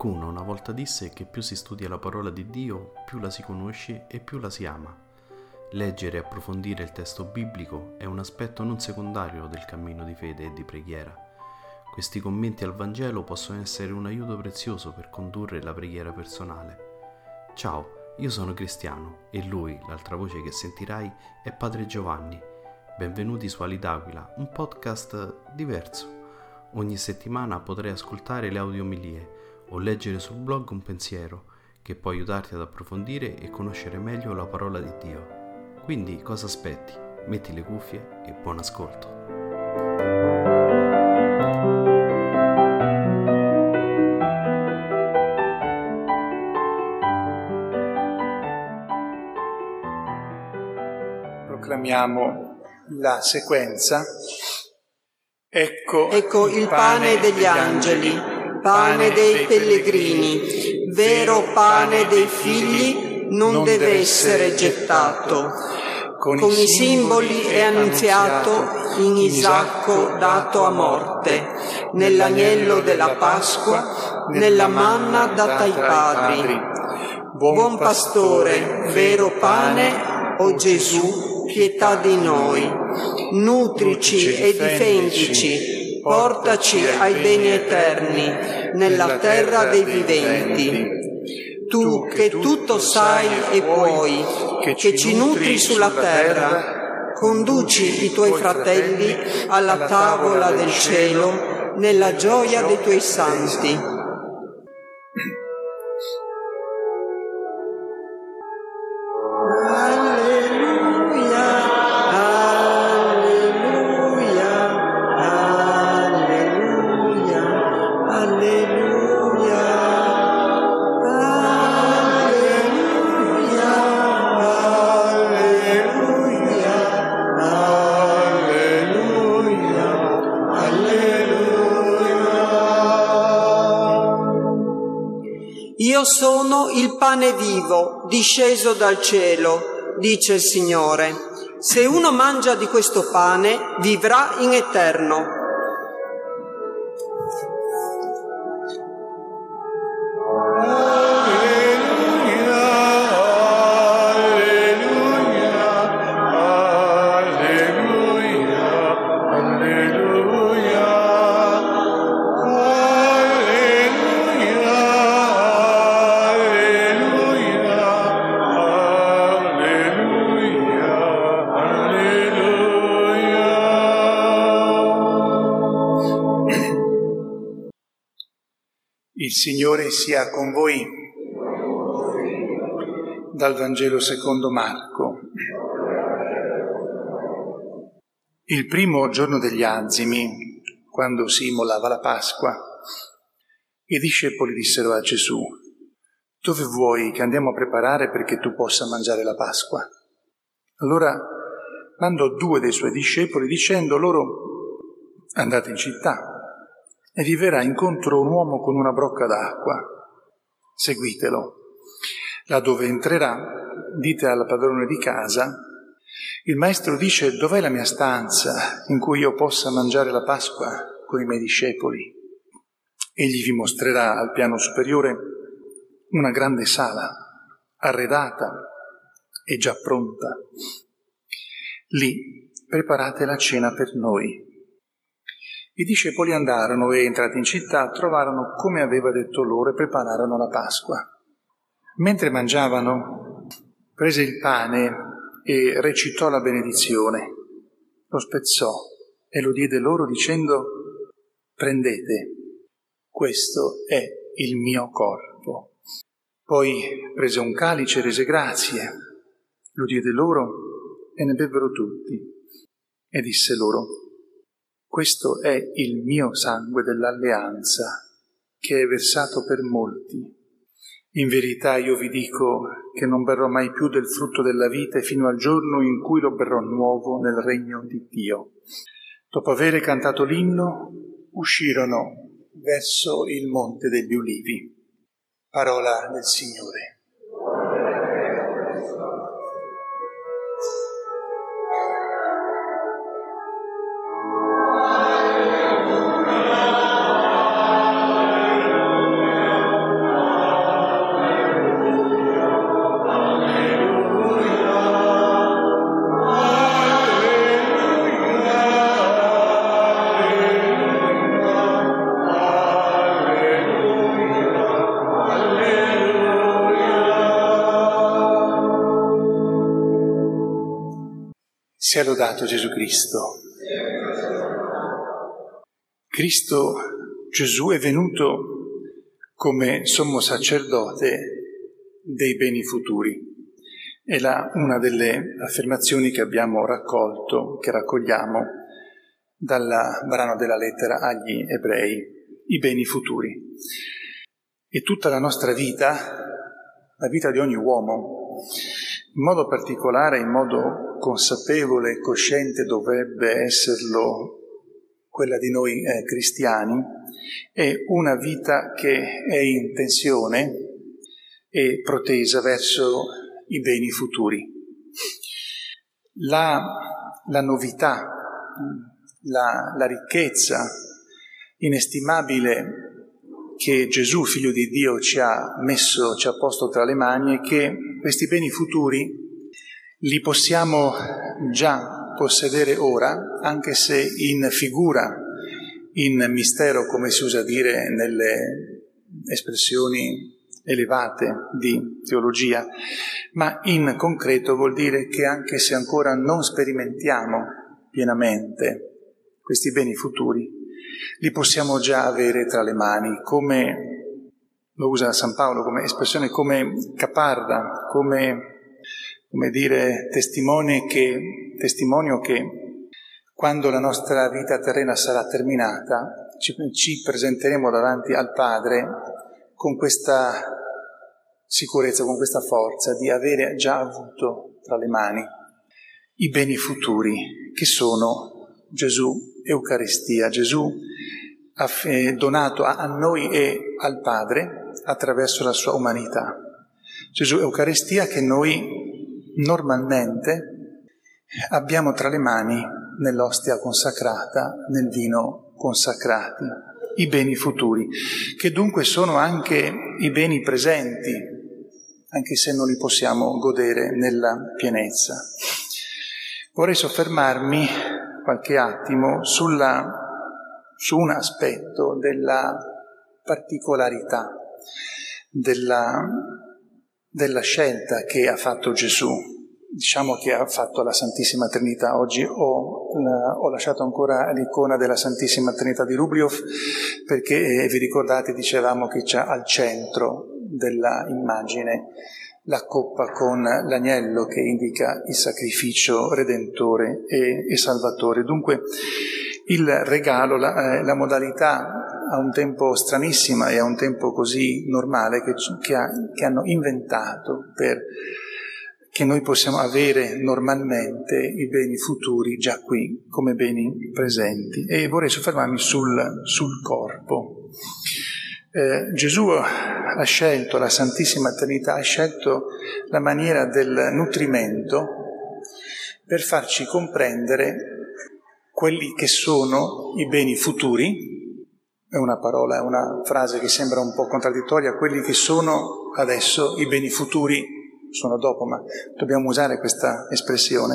Qualcuno una volta disse che più si studia la parola di Dio, più la si conosce e più la si ama. Leggere e approfondire il testo biblico è un aspetto non secondario del cammino di fede e di preghiera. Questi commenti al Vangelo possono essere un aiuto prezioso per condurre la preghiera personale. Ciao, io sono Cristiano e lui, l'altra voce che sentirai, è Padre Giovanni. Benvenuti su Ali d'Aquila, un podcast diverso. Ogni settimana potrai ascoltare le audiomilie o leggere sul blog un pensiero che può aiutarti ad approfondire e conoscere meglio la parola di Dio. Quindi cosa aspetti? Metti le cuffie e buon ascolto. Proclamiamo la sequenza. Ecco il pane degli angeli, pane dei pellegrini, vero pane dei figli, non deve essere gettato. Con i simboli è annunziato in Isacco dato a morte, nell'agnello della Pasqua, nella manna data ai padri. Buon pastore, vero pane, o Gesù, pietà di noi. Nutrici e difendici, portaci ai beni eterni, nella terra dei viventi. Tu che tutto sai e puoi, che ci nutri sulla terra, conduci i tuoi fratelli alla tavola del cielo, nella gioia dei tuoi santi. Io sono il pane vivo, disceso dal cielo, dice il Signore. Se uno mangia di questo pane, vivrà in eterno. Il Signore sia con voi. Dal Vangelo secondo Marco. Il primo giorno degli Azimi, quando si immolava la Pasqua, i discepoli dissero a Gesù: «Dove vuoi che andiamo a preparare perché tu possa mangiare la Pasqua?» Allora mandò 2 dei suoi discepoli dicendo loro: «Andate in città e vi verrà incontro un uomo con una brocca d'acqua. Seguitelo. Là dove entrerà, dite al padrone di casa: il maestro dice: dov'è la mia stanza in cui io possa mangiare la Pasqua con i miei discepoli? Egli vi mostrerà al piano superiore una grande sala, arredata e già pronta. Lì preparate la cena per noi». I discepoli andarono e, entrati in città, trovarono come aveva detto loro e prepararono la Pasqua. Mentre mangiavano, prese il pane e recitò la benedizione. Lo spezzò e lo diede loro dicendo: «Prendete, questo è il mio corpo». Poi prese un calice e rese grazie, lo diede loro e ne bevvero tutti. E disse loro: «Questo è il mio sangue dell'alleanza, che è versato per molti. In verità io vi dico che non berrò mai più del frutto della vite fino al giorno in cui lo berrò nuovo nel regno di Dio». Dopo aver cantato l'inno, uscirono verso il Monte degli Ulivi. Parola del Signore. Sia lodato Gesù Cristo. Cristo Gesù è venuto come sommo sacerdote dei beni futuri. È una delle affermazioni che abbiamo raccolto, che raccogliamo dal brano della lettera agli Ebrei, i beni futuri. E tutta la nostra vita, la vita di ogni uomo, in modo particolare, in modo consapevole e cosciente dovrebbe esserlo quella di noi cristiani, è una vita che è in tensione e protesa verso i beni futuri. La novità, la ricchezza inestimabile che Gesù, Figlio di Dio, ci ha posto tra le mani è che questi beni futuri li possiamo già possedere ora, anche se in figura, in mistero, come si usa dire nelle espressioni elevate di teologia, ma in concreto vuol dire che anche se ancora non sperimentiamo pienamente questi beni futuri, li possiamo già avere tra le mani, come lo usa San Paolo come espressione, come caparra, come dire testimonio che quando la nostra vita terrena sarà terminata ci presenteremo davanti al Padre con questa sicurezza, con questa forza di avere già avuto tra le mani i beni futuri che sono Gesù, Eucaristia. Gesù ha donato a noi e al Padre attraverso la sua umanità. Gesù, Eucaristia, che noi normalmente abbiamo tra le mani nell'ostia consacrata, nel vino consacrati, i beni futuri, che dunque sono anche i beni presenti, anche se non li possiamo godere nella pienezza. Vorrei soffermarmi qualche attimo su un aspetto della particolarità della scelta che ha fatto Gesù, diciamo che ha fatto la Santissima Trinità. Oggi ho lasciato ancora l'icona della Santissima Trinità di Rubliov, perché vi ricordate, dicevamo che c'è al centro della immagine la coppa con l'agnello che indica il sacrificio redentore e salvatore. Dunque il regalo, la modalità a un tempo stranissima e a un tempo così normale che hanno inventato che noi possiamo avere normalmente i beni futuri già qui come beni presenti. E vorrei soffermarmi sul corpo. Gesù ha scelto, la Santissima Trinità ha scelto la maniera del nutrimento per farci comprendere quelli che sono i beni futuri. È una frase che sembra un po' contraddittoria, quelli che sono adesso, i beni futuri sono dopo, ma dobbiamo usare questa espressione.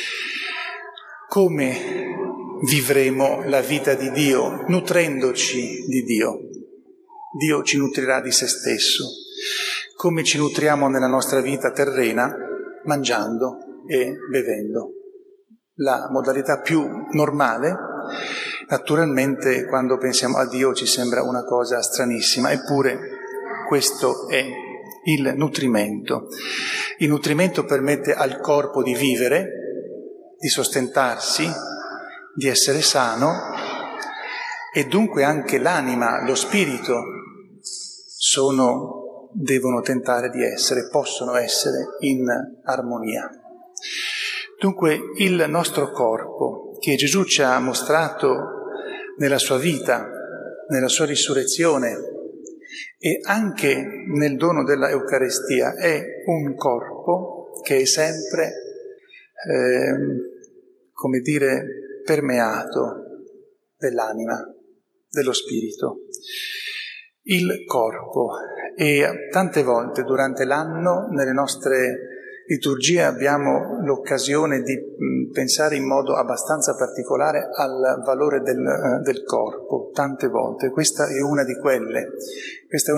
Come vivremo la vita di Dio? Nutrendoci di Dio. Dio ci nutrirà di se stesso. Come ci nutriamo nella nostra vita terrena? Mangiando e bevendo. La modalità più normale, naturalmente quando pensiamo a Dio ci sembra una cosa stranissima, eppure questo è il nutrimento. Il nutrimento permette al corpo di vivere, di sostentarsi, di essere sano, e dunque anche l'anima, lo spirito devono tentare di possono essere in armonia. Dunque il nostro corpo, che Gesù ci ha mostrato nella sua vita, nella sua risurrezione e anche nel dono della Eucaristia, è un corpo che è sempre, permeato dell'anima, dello spirito. Il corpo, e tante volte durante l'anno nelle nostre liturgie abbiamo l'occasione di pensare in modo abbastanza particolare al valore del corpo, tante volte. Questa è una di quelle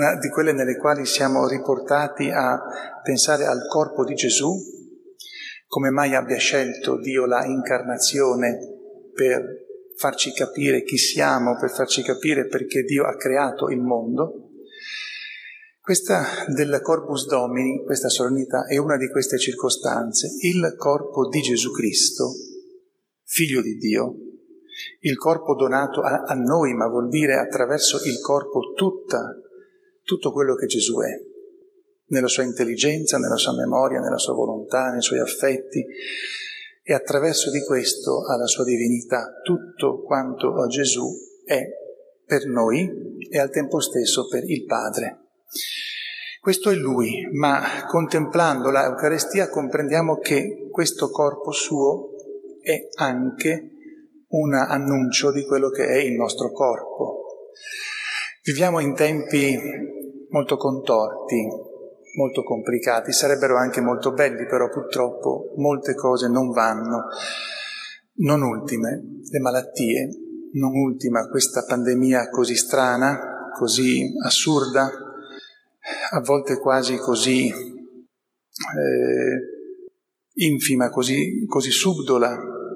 nelle quali siamo riportati a pensare al corpo di Gesù come mai abbia scelto Dio la incarnazione per farci capire chi siamo, per farci capire perché Dio ha creato il mondo. Questa del Corpus Domini, questa solennità, è una di queste circostanze. Il corpo di Gesù Cristo, Figlio di Dio, il corpo donato a noi, ma vuol dire attraverso il corpo tutto quello che Gesù è, nella sua intelligenza, nella sua memoria, nella sua volontà, nei suoi affetti, e attraverso di questo alla sua divinità, tutto quanto Gesù è per noi e al tempo stesso per il Padre. Questo è Lui, ma contemplando la Eucaristia comprendiamo che questo corpo suo è anche un annuncio di quello che è il nostro corpo. Viviamo in tempi molto contorti, molto complicati, sarebbero anche molto belli, però purtroppo molte cose non vanno. Non ultime le malattie, non ultima questa pandemia così strana, così assurda, a volte quasi così infima, così subdola,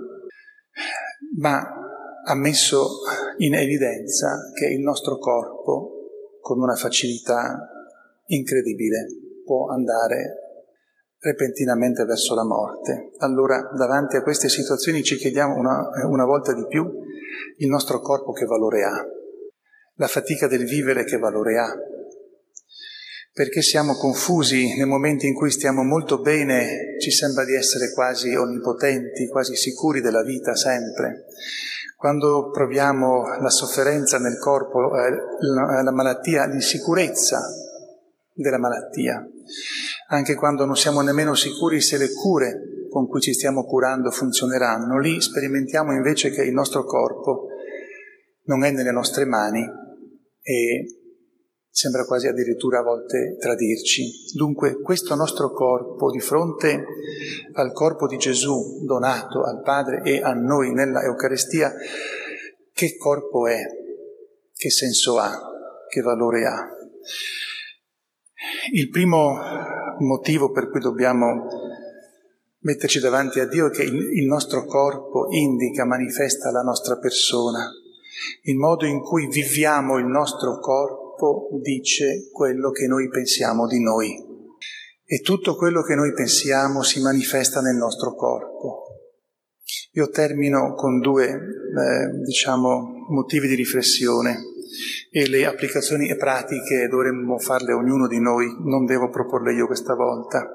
ma ha messo in evidenza che il nostro corpo, con una facilità incredibile, può andare repentinamente verso la morte. Allora, davanti a queste situazioni ci chiediamo una volta di più il nostro corpo che valore ha, la fatica del vivere che valore ha, perché siamo confusi nel momento in cui stiamo molto bene, ci sembra di essere quasi onnipotenti, quasi sicuri della vita sempre. Quando proviamo la sofferenza nel corpo, la malattia, l'insicurezza della malattia, anche quando non siamo nemmeno sicuri se le cure con cui ci stiamo curando funzioneranno, lì sperimentiamo invece che il nostro corpo non è nelle nostre mani e sembra quasi addirittura a volte tradirci. Dunque questo nostro corpo, di fronte al corpo di Gesù donato al Padre e a noi nella Eucaristia, che corpo è? Che senso ha? Che valore ha? Il primo motivo per cui dobbiamo metterci davanti a Dio è che il nostro corpo indica, manifesta la nostra persona. Il modo in cui viviamo il nostro corpo dice quello che noi pensiamo di noi. E tutto quello che noi pensiamo si manifesta nel nostro corpo. Io termino con due, motivi di riflessione. E le applicazioni pratiche dovremmo farle ognuno di noi, non devo proporle io questa volta.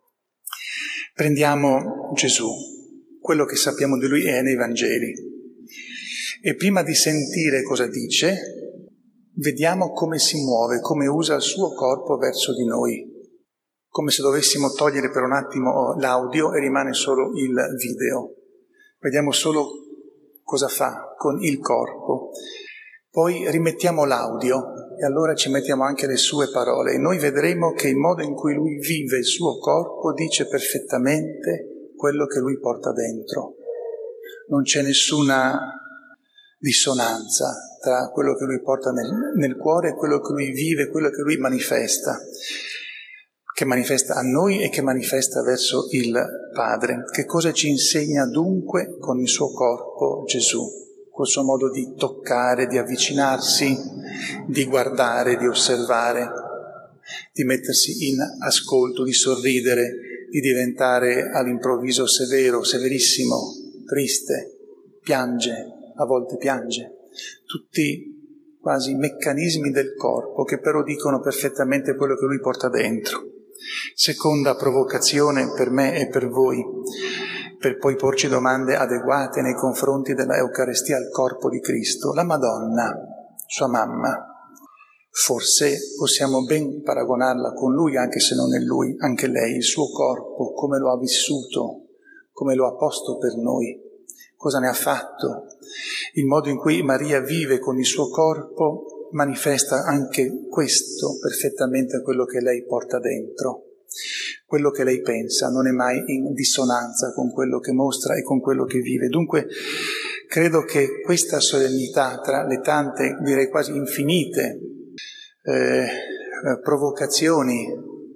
Prendiamo Gesù, quello che sappiamo di Lui è nei Vangeli, e prima di sentire cosa dice, vediamo come si muove, come usa il suo corpo verso di noi, come se dovessimo togliere per un attimo l'audio e rimane solo il video. Vediamo solo cosa fa con il corpo. Poi rimettiamo l'audio e allora ci mettiamo anche le sue parole e noi vedremo che il modo in cui lui vive il suo corpo dice perfettamente quello che lui porta dentro. Non c'è nessuna dissonanza tra quello che lui porta nel cuore e quello che lui vive, quello che lui manifesta, che manifesta a noi e che manifesta verso il Padre. Che cosa ci insegna dunque con il suo corpo Gesù? Col suo modo di toccare, di avvicinarsi, di guardare, di osservare, di mettersi in ascolto, di sorridere, di diventare all'improvviso severo, severissimo, triste, piange, a volte piange. Tutti quasi meccanismi del corpo che però dicono perfettamente quello che lui porta dentro. Seconda provocazione per me e per voi, per poi porci domande adeguate nei confronti della Eucaristia al corpo di Cristo. La Madonna, sua mamma, forse possiamo ben paragonarla con lui, anche se non è lui, anche lei, il suo corpo, come lo ha vissuto, come lo ha posto per noi, cosa ne ha fatto. Il modo in cui Maria vive con il suo corpo manifesta anche questo perfettamente quello che lei porta dentro. Quello che lei pensa non è mai in dissonanza con quello che mostra e con quello che vive. Dunque credo che questa solennità, tra le tante, direi quasi infinite, provocazioni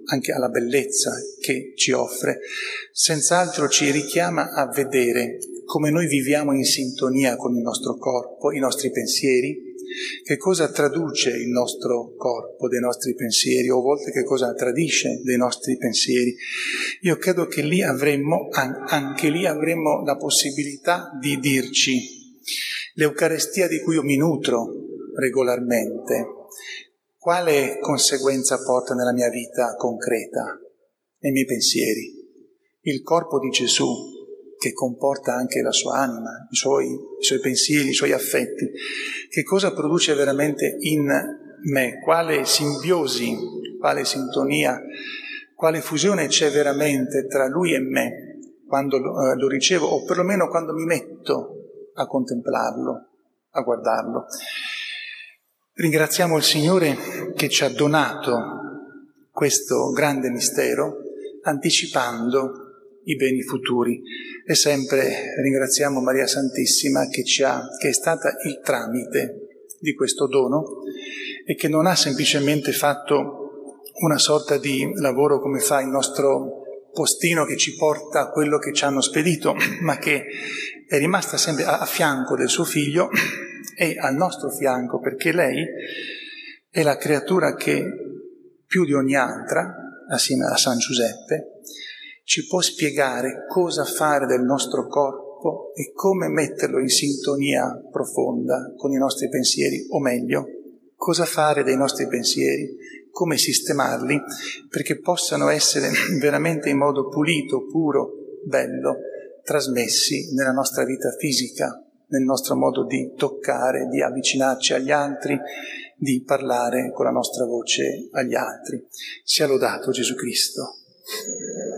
anche alla bellezza che ci offre, senz'altro ci richiama a vedere come noi viviamo in sintonia con il nostro corpo, i nostri pensieri, che cosa traduce il nostro corpo dei nostri pensieri, o a volte che cosa tradisce dei nostri pensieri. Io credo che lì anche lì avremmo la possibilità di dirci: l'Eucarestia di cui io mi nutro regolarmente, quale conseguenza porta nella mia vita concreta, nei miei pensieri? Il corpo di Gesù, che comporta anche la sua anima, i suoi pensieri, i suoi affetti, che cosa produce veramente in me? Quale simbiosi, quale sintonia, quale fusione c'è veramente tra Lui e me quando lo ricevo, o perlomeno quando mi metto a contemplarlo, a guardarlo. Ringraziamo il Signore che ci ha donato questo grande mistero, anticipando i beni futuri, e sempre ringraziamo Maria Santissima che è stata il tramite di questo dono e che non ha semplicemente fatto una sorta di lavoro come fa il nostro postino che ci porta quello che ci hanno spedito, ma che è rimasta sempre a fianco del suo figlio e al nostro fianco, perché lei è la creatura che più di ogni altra, assieme a San Giuseppe, ci può spiegare cosa fare del nostro corpo e come metterlo in sintonia profonda con i nostri pensieri, o meglio, cosa fare dei nostri pensieri, come sistemarli perché possano essere veramente in modo pulito, puro, bello, trasmessi nella nostra vita fisica, nel nostro modo di toccare, di avvicinarci agli altri, di parlare con la nostra voce agli altri. Sia lodato Gesù Cristo.